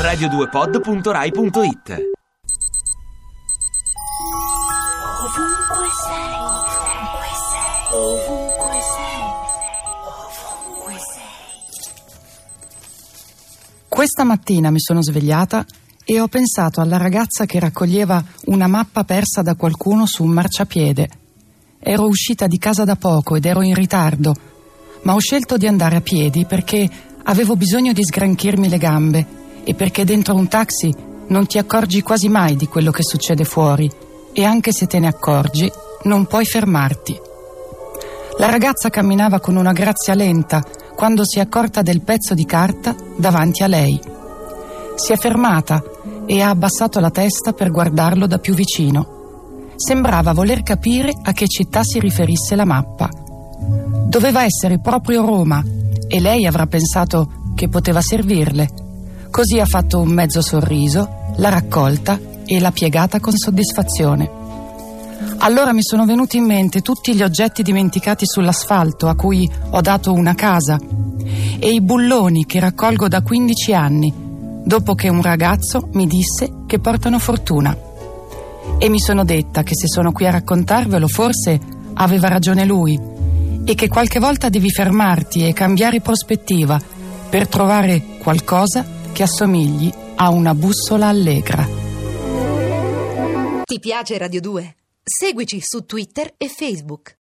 radio2pod.rai.it. Ovunque sei, ovunque sei, ovunque sei. Questa mattina mi sono svegliata e ho pensato alla ragazza che raccoglieva una mappa persa da qualcuno su un marciapiede. Ero uscita di casa da poco ed ero in ritardo, ma ho scelto di andare a piedi perché avevo bisogno di sgranchirmi le gambe e perché dentro un taxi non ti accorgi quasi mai di quello che succede fuori e anche se te ne accorgi non puoi fermarti. La ragazza camminava con una grazia lenta quando si è accorta del pezzo di carta davanti a lei. Si è fermata e ha abbassato la testa per guardarlo da più vicino. Sembrava voler capire a che città si riferisse la mappa. Doveva essere proprio Roma e lei avrà pensato che poteva servirle. Così ha fatto un mezzo sorriso, l'ha raccolta e l'ha piegata con soddisfazione. Allora mi sono venuti in mente tutti gli oggetti dimenticati sull'asfalto a cui ho dato una casa e i bulloni che raccolgo da 15 anni, dopo che un ragazzo mi disse che portano fortuna. E mi sono detta che se sono qui a raccontarvelo forse aveva ragione lui e che qualche volta devi fermarti e cambiare prospettiva per trovare qualcosa che assomigli a una bussola allegra. Ti piace Radio 2? Seguici su Twitter e Facebook.